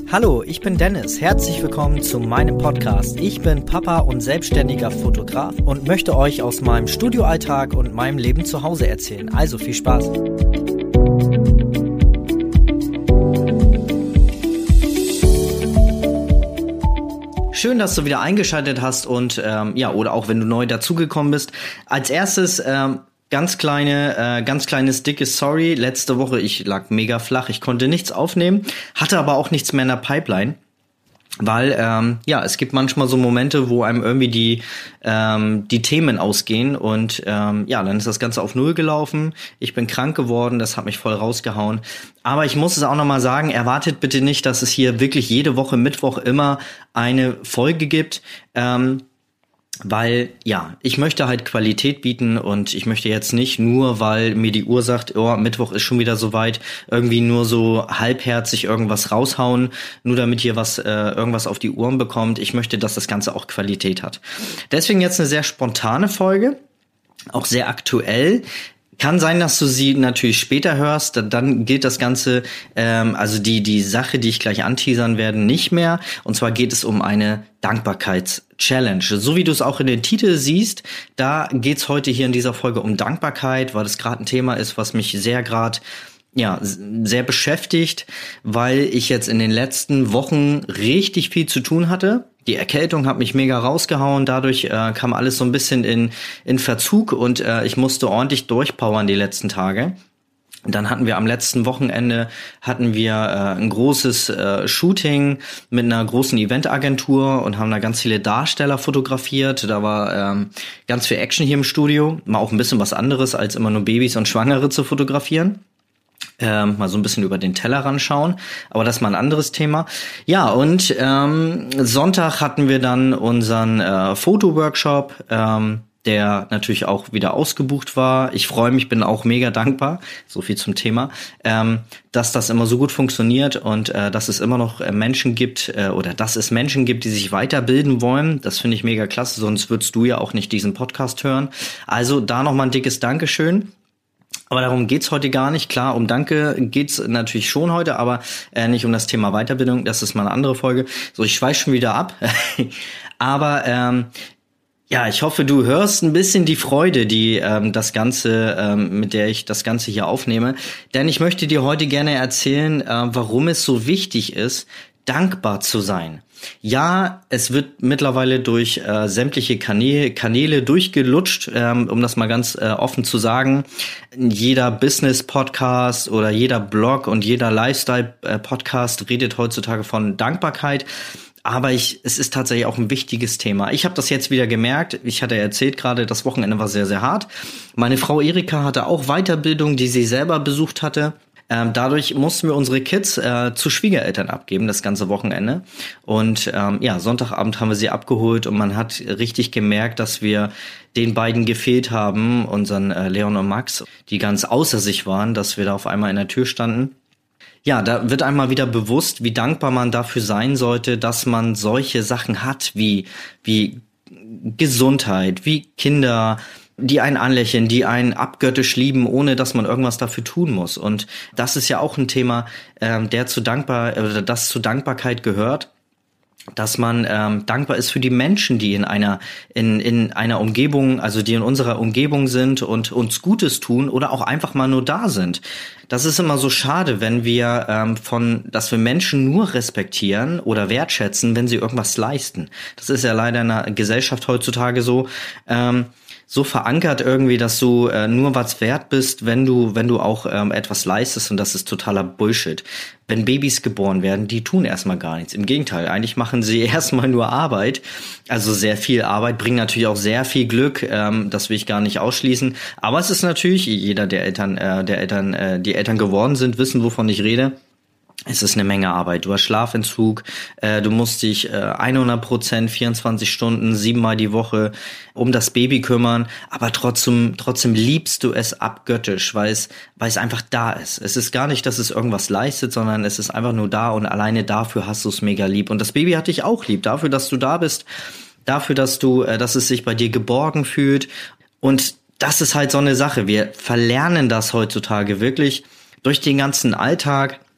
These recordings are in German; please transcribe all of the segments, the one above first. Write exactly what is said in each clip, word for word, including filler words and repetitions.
Hallo, ich bin Dennis. Herzlich willkommen zu meinem Podcast. Ich bin Papa und selbstständiger Fotograf und möchte euch aus meinem Studioalltag und meinem Leben zu Hause erzählen. Also viel Spaß. Schön, dass du wieder eingeschaltet hast und ähm, ja, oder auch wenn du neu dazugekommen bist. Als erstes ähm, Ganz kleine, äh, ganz kleines dickes Sorry. Letzte Woche, ich lag mega flach, ich konnte nichts aufnehmen, hatte aber auch nichts mehr in der Pipeline, weil ähm, ja, es gibt manchmal so Momente, wo einem irgendwie die ähm, die Themen ausgehen und ähm, ja, dann ist das Ganze auf Null gelaufen. Ich bin krank geworden, das hat mich voll rausgehauen. Aber ich muss es auch nochmal sagen, erwartet bitte nicht, dass es hier wirklich jede Woche Mittwoch immer eine Folge gibt. Ähm, Weil, ja, ich möchte halt Qualität bieten und ich möchte jetzt nicht nur, weil mir die Uhr sagt, oh, Mittwoch ist schon wieder soweit, irgendwie nur so halbherzig irgendwas raushauen, nur damit ihr was, äh, irgendwas auf die Ohren bekommt. Ich möchte, dass das Ganze auch Qualität hat. Deswegen jetzt eine sehr spontane Folge, auch sehr aktuell. Kann sein, dass du sie natürlich später hörst, dann gilt das Ganze, ähm, also die die Sache, die ich gleich anteasern werde, nicht mehr. Und zwar geht es um eine Dankbarkeits-Challenge. So wie du es auch in den Titel siehst, da geht's heute hier in dieser Folge um Dankbarkeit, weil das gerade ein Thema ist, was mich sehr gerade ja sehr beschäftigt, weil ich jetzt in den letzten Wochen richtig viel zu tun hatte. Die Erkältung hat mich mega rausgehauen, dadurch äh, kam alles so ein bisschen in in Verzug und äh, ich musste ordentlich durchpowern die letzten Tage. Und dann hatten wir am letzten Wochenende hatten wir äh, ein großes äh, Shooting mit einer großen Eventagentur und haben da ganz viele Darsteller fotografiert. Da war ähm, ganz viel Action hier im Studio, mal auch ein bisschen was anderes, als immer nur Babys und Schwangere zu fotografieren. Ähm, mal so ein bisschen über den Tellerrand schauen, aber das ist mal ein anderes Thema. Ja, und ähm, Sonntag hatten wir dann unseren äh, Fotoworkshop, ähm, der natürlich auch wieder ausgebucht war. Ich freue mich, bin auch mega dankbar, so viel zum Thema, ähm, dass das immer so gut funktioniert und äh, dass es immer noch äh, Menschen gibt äh, oder dass es Menschen gibt, die sich weiterbilden wollen. Das finde ich mega klasse, sonst würdest du ja auch nicht diesen Podcast hören. Also da nochmal ein dickes Dankeschön. Aber darum geht's heute gar nicht. Klar, um Danke geht's natürlich schon heute, aber äh, nicht um das Thema Weiterbildung. Das ist mal eine andere Folge. So, ich schweife schon wieder ab. aber ähm, ja, ich hoffe, du hörst ein bisschen die Freude, die ähm, das Ganze, ähm, mit der ich das Ganze hier aufnehme. Denn ich möchte dir heute gerne erzählen, äh, warum es so wichtig ist, dankbar zu sein. Ja, es wird mittlerweile durch äh, sämtliche Kanäle, Kanäle durchgelutscht, ähm, um das mal ganz äh, offen zu sagen. Jeder Business-Podcast oder jeder Blog und jeder Lifestyle-Podcast redet heutzutage von Dankbarkeit. Aber ich, es ist tatsächlich auch ein wichtiges Thema. Ich habe das jetzt wieder gemerkt. Ich hatte erzählt gerade, das Wochenende war sehr, sehr hart. Meine Frau Erika hatte auch Weiterbildung, die sie selber besucht hatte. Ähm, dadurch mussten wir unsere Kids äh, zu Schwiegereltern abgeben, das ganze Wochenende. Und ähm, ja, Sonntagabend haben wir sie abgeholt und man hat richtig gemerkt, dass wir den beiden gefehlt haben, unseren äh, Leon und Max, die ganz außer sich waren, dass wir da auf einmal in der Tür standen. Ja, da wird einmal wieder bewusst, wie dankbar man dafür sein sollte, dass man solche Sachen hat, wie wie Gesundheit, wie Kinder, die einen anlächeln, die einen abgöttisch lieben, ohne dass man irgendwas dafür tun muss. Und das ist ja auch ein Thema, ähm, der zu dankbar oder das zu Dankbarkeit gehört, dass man ähm, dankbar ist für die Menschen, die in einer in in einer Umgebung, also die in unserer Umgebung sind und uns Gutes tun oder auch einfach mal nur da sind. Das ist immer so schade, wenn wir ähm, von, dass wir Menschen nur respektieren oder wertschätzen, wenn sie irgendwas leisten. Das ist ja leider in der Gesellschaft heutzutage so. Ähm, so verankert irgendwie, dass du äh, nur was wert bist, wenn du wenn du auch ähm, etwas leistest, und das ist totaler Bullshit. Wenn Babys geboren werden, die tun erstmal gar nichts. Im Gegenteil, eigentlich machen sie erstmal nur Arbeit, also sehr viel Arbeit, bringen natürlich auch sehr viel Glück, ähm, das will ich gar nicht ausschließen. Aber es ist natürlich, jeder der Eltern, äh, der Eltern, äh, die Eltern geworden sind, wissen, wovon ich rede. Es ist eine Menge Arbeit. Du hast Schlafentzug, äh, du musst dich äh, hundert Prozent, vierundzwanzig Stunden, siebenmal die Woche um das Baby kümmern, aber trotzdem trotzdem liebst du es abgöttisch, weil es weil es einfach da ist. Es ist gar nicht, dass es irgendwas leistet, sondern es ist einfach nur da und alleine dafür hast du es mega lieb. Und das Baby hat dich auch lieb, dafür, dass du da bist, dafür, dass du, äh, dass es sich bei dir geborgen fühlt. Und das ist halt so eine Sache. Wir verlernen das heutzutage wirklich durch den ganzen Alltag.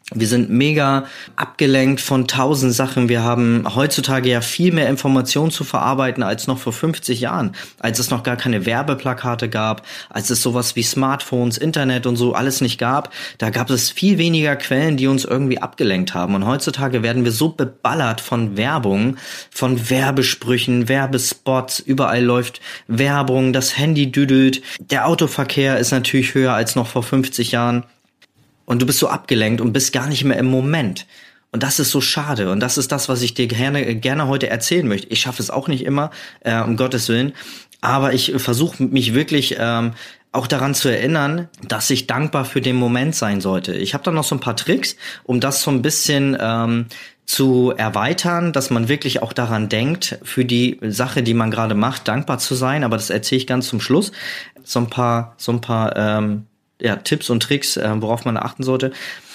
Wir sind mega abgelenkt von tausend Sachen. Wir haben heutzutage ja viel mehr Informationen zu verarbeiten als noch vor fünfzig Jahren, als es noch gar keine Werbeplakate gab, als es sowas wie Smartphones, Internet und so alles nicht gab. Da gab es viel weniger Quellen, die uns irgendwie abgelenkt haben. Und heutzutage werden wir so beballert von Werbung, von Werbesprüchen, Werbespots. Überall läuft Werbung, das Handy düdelt. Der Autoverkehr ist natürlich höher als noch vor fünfzig Jahren. Und du bist so abgelenkt und bist gar nicht mehr im Moment. Und das ist so schade. Und das ist das, was ich dir gerne, gerne heute erzählen möchte. Ich schaffe es auch nicht immer, äh, um Gottes Willen. Aber ich versuche mich wirklich ähm, auch daran zu erinnern, dass ich dankbar für den Moment sein sollte. Ich habe da noch so ein paar Tricks, um das so ein bisschen ähm, zu erweitern, dass man wirklich auch daran denkt, für die Sache, die man gerade macht, dankbar zu sein. Aber das erzähle ich ganz zum Schluss. So ein paar, so ein paar ähm, ja, Tipps und Tricks, äh, worauf man achten sollte.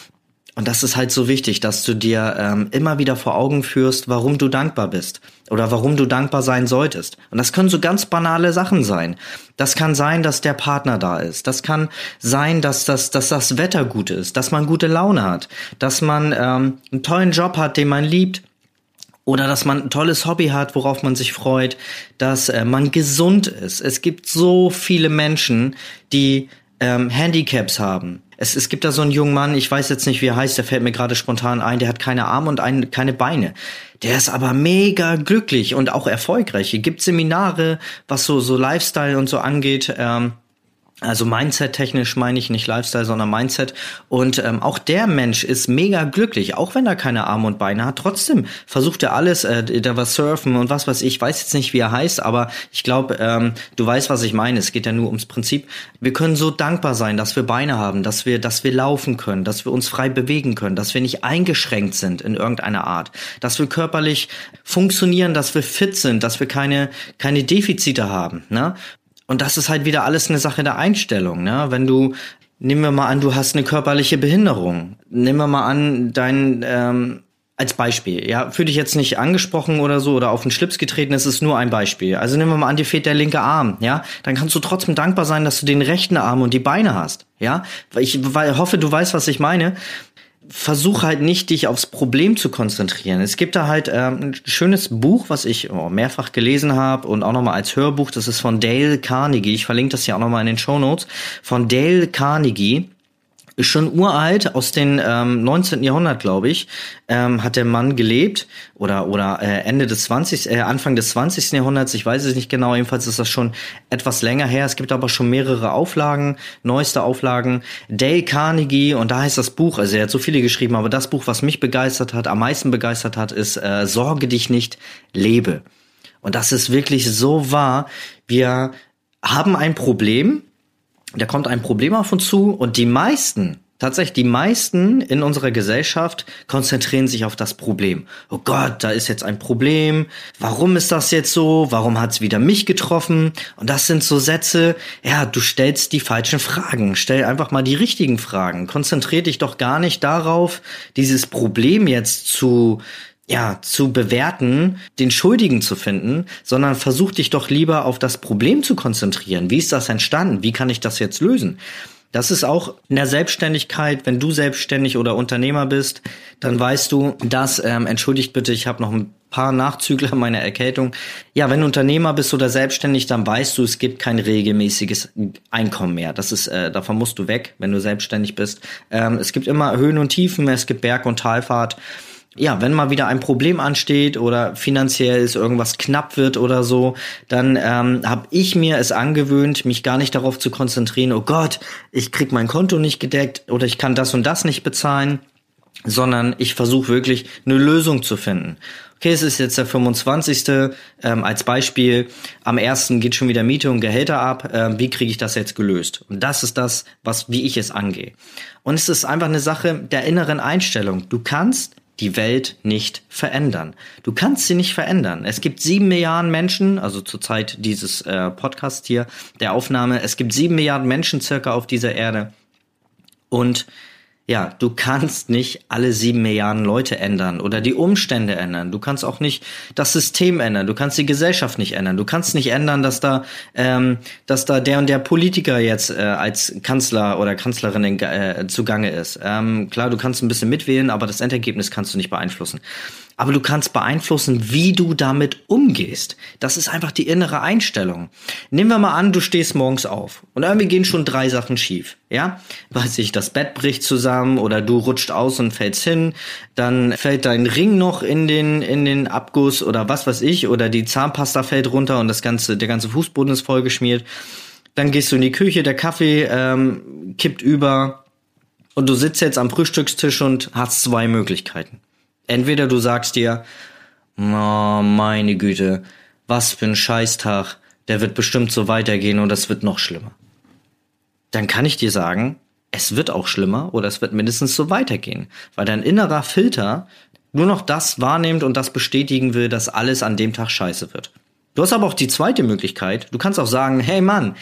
Und das ist halt so wichtig, dass du dir ähm, immer wieder vor Augen führst, warum du dankbar bist oder warum du dankbar sein solltest. Und das können so ganz banale Sachen sein. Das kann sein, dass der Partner da ist. Das kann sein, dass das, dass das Wetter gut ist, dass man gute Laune hat, dass man ähm, einen tollen Job hat, den man liebt. Oder dass man ein tolles Hobby hat, worauf man sich freut, dass äh, man gesund ist. Es gibt so viele Menschen, die Ähm, Handicaps haben. Es, es gibt da so einen jungen Mann, ich weiß jetzt nicht, wie er heißt, der fällt mir gerade spontan ein, der hat keine Arme und ein, keine Beine. Der ist aber mega glücklich und auch erfolgreich. Hier gibt Seminare, was so so Lifestyle und so angeht, ähm, also Mindset-technisch meine ich, nicht Lifestyle, sondern Mindset. Und ähm, auch der Mensch ist mega glücklich, auch wenn er keine Arme und Beine hat. Trotzdem versucht er alles, äh, der war surfen und was weiß ich. Ich weiß jetzt nicht, wie er heißt, aber ich glaube, ähm, du weißt, was ich meine. Es geht ja nur ums Prinzip. Wir können so dankbar sein, dass wir Beine haben, dass wir, dass wir laufen können, dass wir uns frei bewegen können, dass wir nicht eingeschränkt sind in irgendeiner Art, dass wir körperlich funktionieren, dass wir fit sind, dass wir keine, keine Defizite haben, ne? Und das ist halt wieder alles eine Sache der Einstellung, ne? Wenn du, nehmen wir mal an, du hast eine körperliche Behinderung. Nehmen wir mal an, dein, ähm, als Beispiel, ja, fühl dich jetzt nicht angesprochen oder so oder auf den Schlips getreten, es ist nur ein Beispiel. Also nehmen wir mal an, dir fehlt der linke Arm, ja? Dann kannst du trotzdem dankbar sein, dass du den rechten Arm und die Beine hast, ja? Ich weil, hoffe, du weißt, was ich meine. Versuch halt nicht, dich aufs Problem zu konzentrieren. Es gibt da halt ähm, ein schönes Buch, was ich oh, mehrfach gelesen habe und auch nochmal als Hörbuch. Das ist von Dale Carnegie. Ich verlinke das ja auch nochmal in den Shownotes. Von Dale Carnegie. Ist schon uralt, aus dem ähm, neunzehnten Jahrhundert, glaube ich, ähm, hat der Mann gelebt oder oder äh, Ende des zwanzigsten Äh, Anfang des zwanzigsten Jahrhunderts, ich weiß es nicht genau, jedenfalls ist das schon etwas länger her. Es gibt aber schon mehrere Auflagen, neueste Auflagen. Dale Carnegie, und da heißt das Buch, also er hat so viele geschrieben, aber das Buch, was mich begeistert hat, am meisten begeistert hat, ist äh, Sorge dich nicht, lebe. Und das ist wirklich so wahr. Wir haben ein Problem, da kommt ein Problem auf uns zu und die meisten, tatsächlich die meisten in unserer Gesellschaft konzentrieren sich auf das Problem. Oh Gott, da ist jetzt ein Problem. Warum ist das jetzt so? Warum hat's wieder mich getroffen? Und das sind so Sätze, ja, du stellst die falschen Fragen. Stell einfach mal die richtigen Fragen. Konzentrier dich doch gar nicht darauf, dieses Problem jetzt zu ja, zu bewerten, den Schuldigen zu finden, sondern versuch dich doch lieber auf das Problem zu konzentrieren. Wie ist das entstanden? Wie kann ich das jetzt lösen? Das ist auch in der Selbstständigkeit, wenn du selbstständig oder Unternehmer bist, dann weißt du, dass, ähm, entschuldigt bitte, ich habe noch ein paar Nachzügler meiner Erkältung. Ja, wenn du Unternehmer bist oder selbstständig, dann weißt du, es gibt kein regelmäßiges Einkommen mehr. Das ist, äh, davon musst du weg, wenn du selbstständig bist. Ähm, es gibt immer Höhen und Tiefen, es gibt Berg- und Talfahrt. Ja, wenn mal wieder ein Problem ansteht oder finanziell ist irgendwas knapp wird oder so, dann ähm, habe ich mir es angewöhnt, mich gar nicht darauf zu konzentrieren, oh Gott, ich krieg mein Konto nicht gedeckt oder ich kann das und das nicht bezahlen, sondern ich versuche wirklich eine Lösung zu finden. Okay, es ist jetzt der fünfundzwanzigste Ähm, als Beispiel, am ersten geht schon wieder Miete und Gehälter ab. Ähm, wie kriege ich das jetzt gelöst? Und das ist das, was wie ich es angehe. Und es ist einfach eine Sache der inneren Einstellung. Du kannst die Welt nicht verändern. Du kannst sie nicht verändern. Es gibt sieben Milliarden Menschen, also zur Zeit dieses äh, Podcasts hier, der Aufnahme, es gibt sieben Milliarden Menschen circa auf dieser Erde. Und Ja, du kannst nicht alle sieben Milliarden Leute ändern oder die Umstände ändern. Du kannst auch nicht das System ändern. Du kannst die Gesellschaft nicht ändern. Du kannst nicht ändern, dass da, ähm, dass da der und der Politiker jetzt äh, als Kanzler oder Kanzlerin in, äh, zugange ist. Ähm, klar, du kannst ein bisschen mitwählen, aber das Endergebnis kannst du nicht beeinflussen. Aber du kannst beeinflussen, wie du damit umgehst. Das ist einfach die innere Einstellung. Nehmen wir mal an, du stehst morgens auf und irgendwie gehen schon drei Sachen schief. Ja, weiß ich, das Bett bricht zusammen oder du rutscht aus und fällst hin, dann fällt dein Ring noch in den in den Abguss oder was weiß ich, oder die Zahnpasta fällt runter und das ganze der ganze Fußboden ist vollgeschmiert. Dann gehst du in die Küche, der Kaffee ähm, kippt über und du sitzt jetzt am Frühstückstisch und hast zwei Möglichkeiten. Entweder du sagst dir, oh, meine Güte, was für ein Scheißtag, der wird bestimmt so weitergehen und das wird noch schlimmer. Dann kann ich dir sagen, es wird auch schlimmer oder es wird mindestens so weitergehen, weil dein innerer Filter nur noch das wahrnimmt und das bestätigen will, dass alles an dem Tag scheiße wird. Du hast aber auch die zweite Möglichkeit, du kannst auch sagen, hey Mann,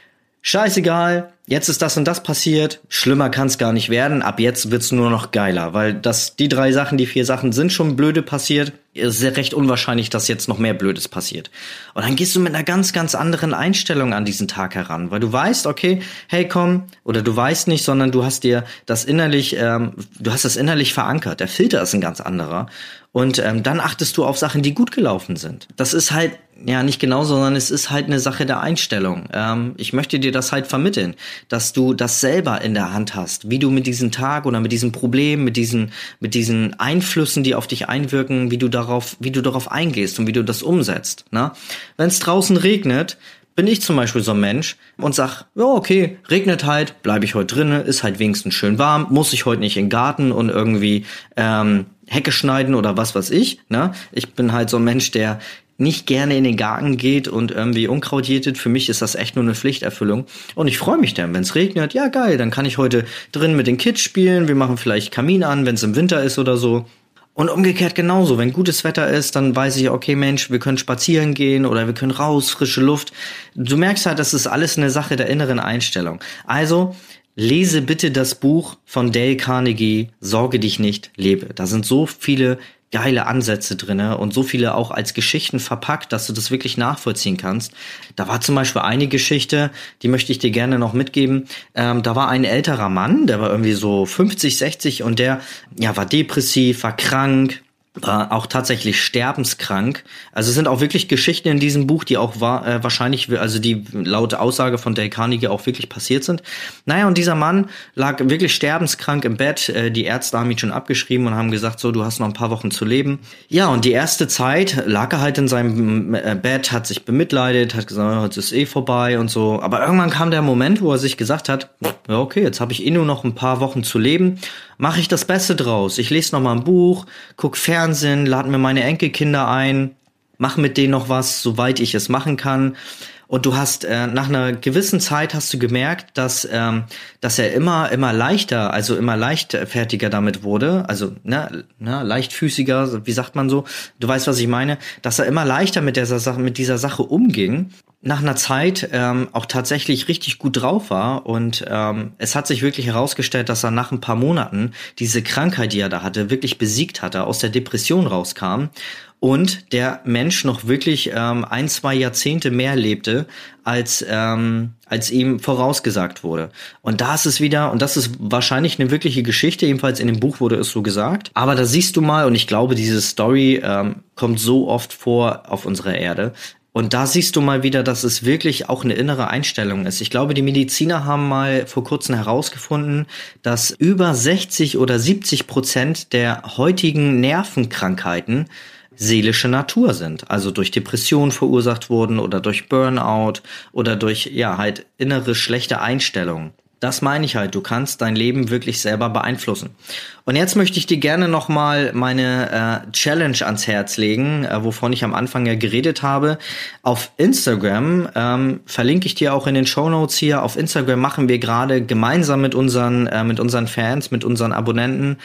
scheißegal, jetzt ist das und das passiert, schlimmer kann es gar nicht werden, ab jetzt wird's nur noch geiler, weil das die drei Sachen, die vier Sachen sind schon blöde passiert, ist sehr recht unwahrscheinlich, dass jetzt noch mehr Blödes passiert. Und dann gehst du mit einer ganz, ganz anderen Einstellung an diesen Tag heran, weil du weißt, okay, hey komm, oder du weißt nicht, sondern du hast dir das innerlich, ähm, du hast das innerlich verankert, der Filter ist ein ganz anderer und ähm, dann achtest du auf Sachen, die gut gelaufen sind. Das ist halt, ja nicht genau, sondern es ist halt eine Sache der Einstellung. Ähm, ich möchte dir das halt vermitteln, dass du das selber in der Hand hast, wie du mit diesem Tag oder mit diesem Problem, mit diesen, mit diesen Einflüssen, die auf dich einwirken, wie du darauf, wie du darauf eingehst und wie du das umsetzt. Ne? Wenn es draußen regnet, bin ich zum Beispiel so ein Mensch und sag, ja okay, regnet halt, bleibe ich heute drinnen, ist halt wenigstens schön warm, muss ich heute nicht in den Garten und irgendwie ähm, Hecke schneiden oder was weiß ich. Ne? Ich bin halt so ein Mensch, der nicht gerne in den Garten geht und irgendwie Unkraut jätet. Für mich ist das echt nur eine Pflichterfüllung. Und ich freue mich dann, wenn es regnet. Ja, geil, dann kann ich heute drin mit den Kids spielen. Wir machen vielleicht Kamin an, wenn es im Winter ist oder so. Und umgekehrt genauso. Wenn gutes Wetter ist, dann weiß ich, okay, Mensch, wir können spazieren gehen oder wir können raus, frische Luft. Du merkst halt, das ist alles eine Sache der inneren Einstellung. Also lese bitte das Buch von Dale Carnegie, Sorge dich nicht, lebe. Da sind so viele geile Ansätze drinne und so viele auch als Geschichten verpackt, dass du das wirklich nachvollziehen kannst. Da war zum Beispiel eine Geschichte, die möchte ich dir gerne noch mitgeben. Ähm, da war ein älterer Mann, der war irgendwie so fünfzig, sechzig und der ja war depressiv, war krank, war auch tatsächlich sterbenskrank. Also es sind auch wirklich Geschichten in diesem Buch, die auch war, äh, wahrscheinlich, also die laut Aussage von Dale Carnegie auch wirklich passiert sind. Naja, und dieser Mann lag wirklich sterbenskrank im Bett. Äh, die Ärzte haben ihn schon abgeschrieben und haben gesagt, so, du hast noch ein paar Wochen zu leben. Ja, und die erste Zeit lag er halt in seinem äh, Bett, hat sich bemitleidet, hat gesagt, jetzt ist eh vorbei und so. Aber irgendwann kam der Moment, wo er sich gesagt hat, ja okay, jetzt habe ich eh nur noch ein paar Wochen zu leben. Mache ich das Beste draus. Ich lese noch mal ein Buch, guck Fernsehen, lade mir meine Enkelkinder ein, mach mit denen noch was, soweit ich es machen kann. Und du hast äh, nach einer gewissen Zeit hast du gemerkt, dass ähm, dass er immer immer leichter, also immer leichtfertiger damit wurde, also ne, ne leichtfüßiger, wie sagt man so? Du weißt, was ich meine, dass er immer leichter mit dieser Sache mit dieser Sache umging. Nach einer Zeit ähm, auch tatsächlich richtig gut drauf war und ähm, es hat sich wirklich herausgestellt, dass er nach ein paar Monaten diese Krankheit, die er da hatte, wirklich besiegt hatte, aus der Depression rauskam und der Mensch noch wirklich ähm, ein, zwei Jahrzehnte mehr lebte, als ähm, als ihm vorausgesagt wurde. Und da ist es wieder, und das ist wahrscheinlich eine wirkliche Geschichte, jedenfalls in dem Buch wurde es so gesagt, aber da siehst du mal, und ich glaube, diese Story ähm, kommt so oft vor auf unserer Erde. Und da siehst du mal wieder, dass es wirklich auch eine innere Einstellung ist. Ich glaube, die Mediziner haben mal vor kurzem herausgefunden, dass über sechzig oder siebzig Prozent der heutigen Nervenkrankheiten seelische Natur sind, also durch Depression verursacht wurden oder durch Burnout oder durch, ja, halt innere schlechte Einstellungen. Das meine ich halt, du kannst dein Leben wirklich selber beeinflussen. Und jetzt möchte ich dir gerne nochmal meine äh, Challenge ans Herz legen, äh, wovon ich am Anfang ja geredet habe. Auf Instagram, ähm, verlinke ich dir auch in den Shownotes hier, auf Instagram machen wir gerade gemeinsam mit unseren, äh, mit unseren Fans, mit unseren Abonnenten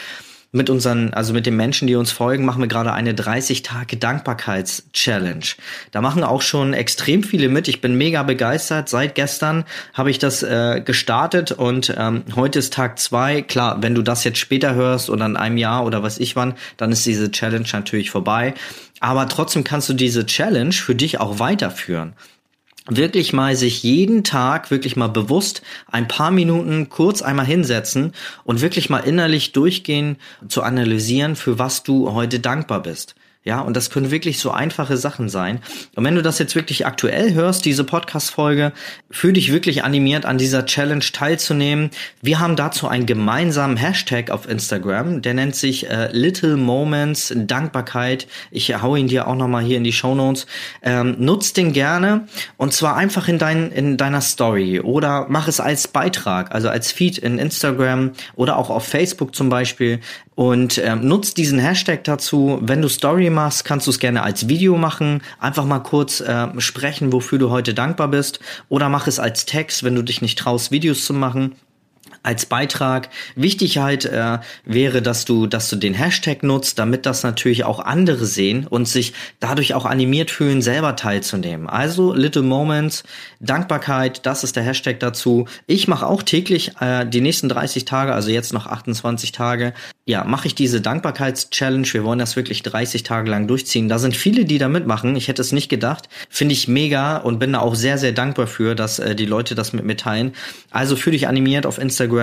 mit unseren, also mit den Menschen, die uns folgen, machen wir gerade eine dreißig Tage Dankbarkeits-Challenge. Da machen auch schon extrem viele mit. Ich bin mega begeistert. Seit gestern habe ich das äh, gestartet und ähm, heute ist Tag zwei. Klar, wenn du das jetzt später hörst oder in einem Jahr oder was ich wann, dann ist diese Challenge natürlich vorbei. Aber trotzdem kannst du diese Challenge für dich auch weiterführen. Wirklich mal sich jeden Tag wirklich mal bewusst ein paar Minuten kurz einmal hinsetzen und wirklich mal innerlich durchgehen, zu analysieren, für was du heute dankbar bist. Ja, und das können wirklich so einfache Sachen sein. Und wenn du das jetzt wirklich aktuell hörst, diese Podcast-Folge, fühl dich wirklich animiert, an dieser Challenge teilzunehmen. Wir haben dazu einen gemeinsamen Hashtag auf Instagram, der nennt sich äh, Little Moments Dankbarkeit. Ich hau ihn dir auch nochmal hier in die Shownotes. Ähm, nutz den gerne und zwar einfach in, dein, in deiner Story oder mach es als Beitrag, also als Feed in Instagram oder auch auf Facebook zum Beispiel. Und ähm, nutzt diesen Hashtag dazu. Wenn du Story machst, kannst du es gerne als Video machen. Einfach mal kurz äh, sprechen, wofür du heute dankbar bist. Oder mach es als Text, wenn du dich nicht traust, Videos zu machen. Als Beitrag. Wichtig halt äh, wäre, dass du, dass du den Hashtag nutzt, damit das natürlich auch andere sehen und sich dadurch auch animiert fühlen, selber teilzunehmen. Also Little Moments, Dankbarkeit, das ist der Hashtag dazu. Ich mache auch täglich äh, die nächsten dreißig Tage, also jetzt noch achtundzwanzig Tage, ja, mache ich diese Dankbarkeits-Challenge. Wir wollen das wirklich dreißig Tage lang durchziehen. Da sind viele, die da mitmachen. Ich hätte es nicht gedacht. Finde ich mega und bin da auch sehr, sehr dankbar für, dass äh, die Leute das mit mir teilen. Also fühl dich animiert auf Instagram.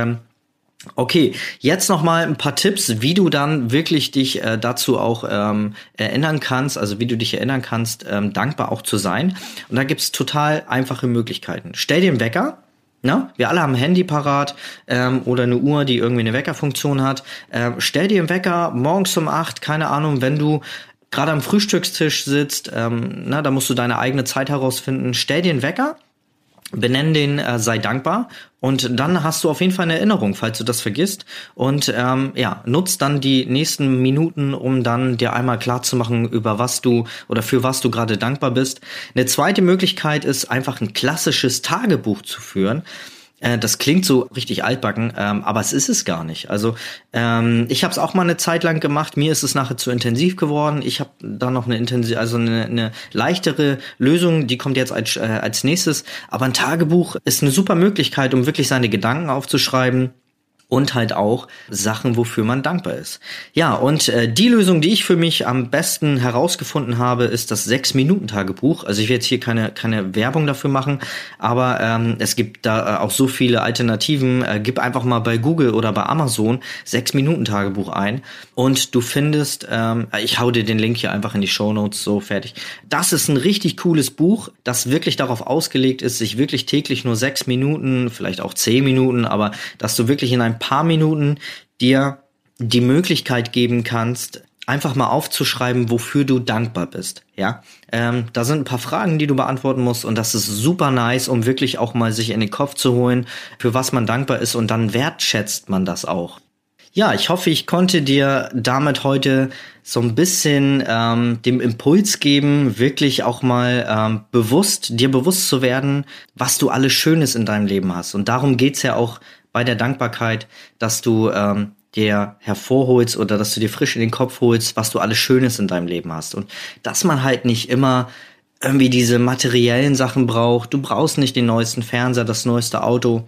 Okay, jetzt noch mal ein paar Tipps, wie du dann wirklich dich äh, dazu auch ähm, erinnern kannst, also wie du dich erinnern kannst, ähm, dankbar auch zu sein. Und da gibt's total einfache Möglichkeiten. Stell dir einen Wecker. Na, wir alle haben ein Handy parat ähm, oder eine Uhr, die irgendwie eine Weckerfunktion hat. Ähm, stell dir einen Wecker morgens um acht, keine Ahnung, wenn du gerade am Frühstückstisch sitzt, ähm, na, da musst du deine eigene Zeit herausfinden. Stell dir einen Wecker, benenn den äh, sei dankbar und dann hast du auf jeden Fall eine Erinnerung, falls du das vergisst und ähm, ja, nutzt dann die nächsten Minuten, um dann dir einmal klar zu machen, über was du oder für was du gerade dankbar bist. Eine zweite Möglichkeit ist einfach ein klassisches Tagebuch zu führen. Das klingt so richtig altbacken, ähm, aber es ist es gar nicht. Also ähm, ich habe es auch mal eine Zeit lang gemacht. Mir ist es nachher zu intensiv geworden. Ich habe da noch eine intensiv, also eine, eine leichtere Lösung. Die kommt jetzt als, äh, als nächstes. Aber ein Tagebuch ist eine super Möglichkeit, um wirklich seine Gedanken aufzuschreiben. Und halt auch Sachen, wofür man dankbar ist. Ja, und äh, die Lösung, die ich für mich am besten herausgefunden habe, ist das sechs-Minuten-Tagebuch. Also ich werde jetzt hier keine keine Werbung dafür machen, aber ähm, es gibt da äh, auch so viele Alternativen. Äh, gib einfach mal bei Google oder bei Amazon sechs-Minuten-Tagebuch ein und du findest, ähm, ich hau dir den Link hier einfach in die Shownotes, so fertig. Das ist ein richtig cooles Buch, das wirklich darauf ausgelegt ist, sich wirklich täglich nur sechs Minuten, vielleicht auch zehn Minuten, aber dass du wirklich in einem paar Minuten dir die Möglichkeit geben kannst, einfach mal aufzuschreiben, wofür du dankbar bist. Ja, ähm, da sind ein paar Fragen, die du beantworten musst und das ist super nice, um wirklich auch mal sich in den Kopf zu holen, für was man dankbar ist und dann wertschätzt man das auch. Ja, ich hoffe, ich konnte dir damit heute so ein bisschen ähm, dem Impuls geben, wirklich auch mal ähm, bewusst, dir bewusst zu werden, was du alles Schönes in deinem Leben hast. Und darum geht's ja auch bei der Dankbarkeit, dass du ähm, dir hervorholst oder dass du dir frisch in den Kopf holst, was du alles Schönes in deinem Leben hast. Und dass man halt nicht immer irgendwie diese materiellen Sachen braucht. Du brauchst nicht den neuesten Fernseher, das neueste Auto.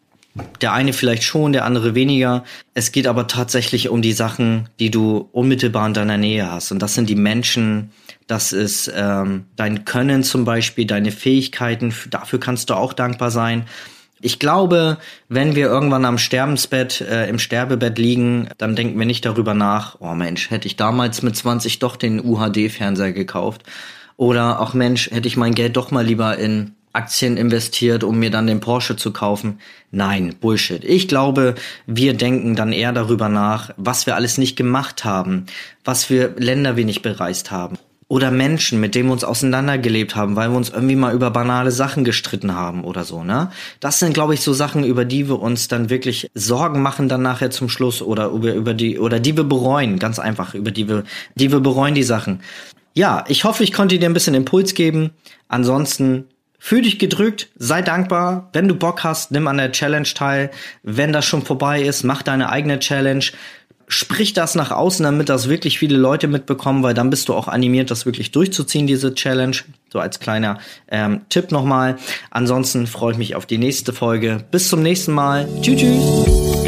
Der eine vielleicht schon, der andere weniger. Es geht aber tatsächlich um die Sachen, die du unmittelbar in deiner Nähe hast. Und das sind die Menschen, das ist ähm, dein Können zum Beispiel, deine Fähigkeiten. Dafür kannst du auch dankbar sein. Ich glaube, wenn wir irgendwann am Sterbensbett, äh, im Sterbebett liegen, dann denken wir nicht darüber nach, oh Mensch, hätte ich damals mit zwanzig doch den U H D-Fernseher gekauft. Oder auch Mensch, hätte ich mein Geld doch mal lieber in Aktien investiert, um mir dann den Porsche zu kaufen. Nein, Bullshit. Ich glaube, wir denken dann eher darüber nach, was wir alles nicht gemacht haben, was für Länder wir nicht bereist haben. Oder Menschen, mit denen wir uns auseinandergelebt haben, weil wir uns irgendwie mal über banale Sachen gestritten haben oder so, ne? Das sind, glaube ich, so Sachen, über die wir uns dann wirklich Sorgen machen dann nachher zum Schluss oder über, über die, oder die wir bereuen, ganz einfach, über die wir, die wir bereuen die Sachen. Ja, ich hoffe, ich konnte dir ein bisschen Impuls geben. Ansonsten fühl dich gedrückt, sei dankbar. Wenn du Bock hast, nimm an der Challenge teil. Wenn das schon vorbei ist, mach deine eigene Challenge. sprich das nach außen, damit das wirklich viele Leute mitbekommen, weil dann bist du auch animiert, das wirklich durchzuziehen, diese Challenge. So als kleiner ähm, Tipp nochmal. Ansonsten freue ich mich auf die nächste Folge. Bis zum nächsten Mal. Tschüss, tschüss.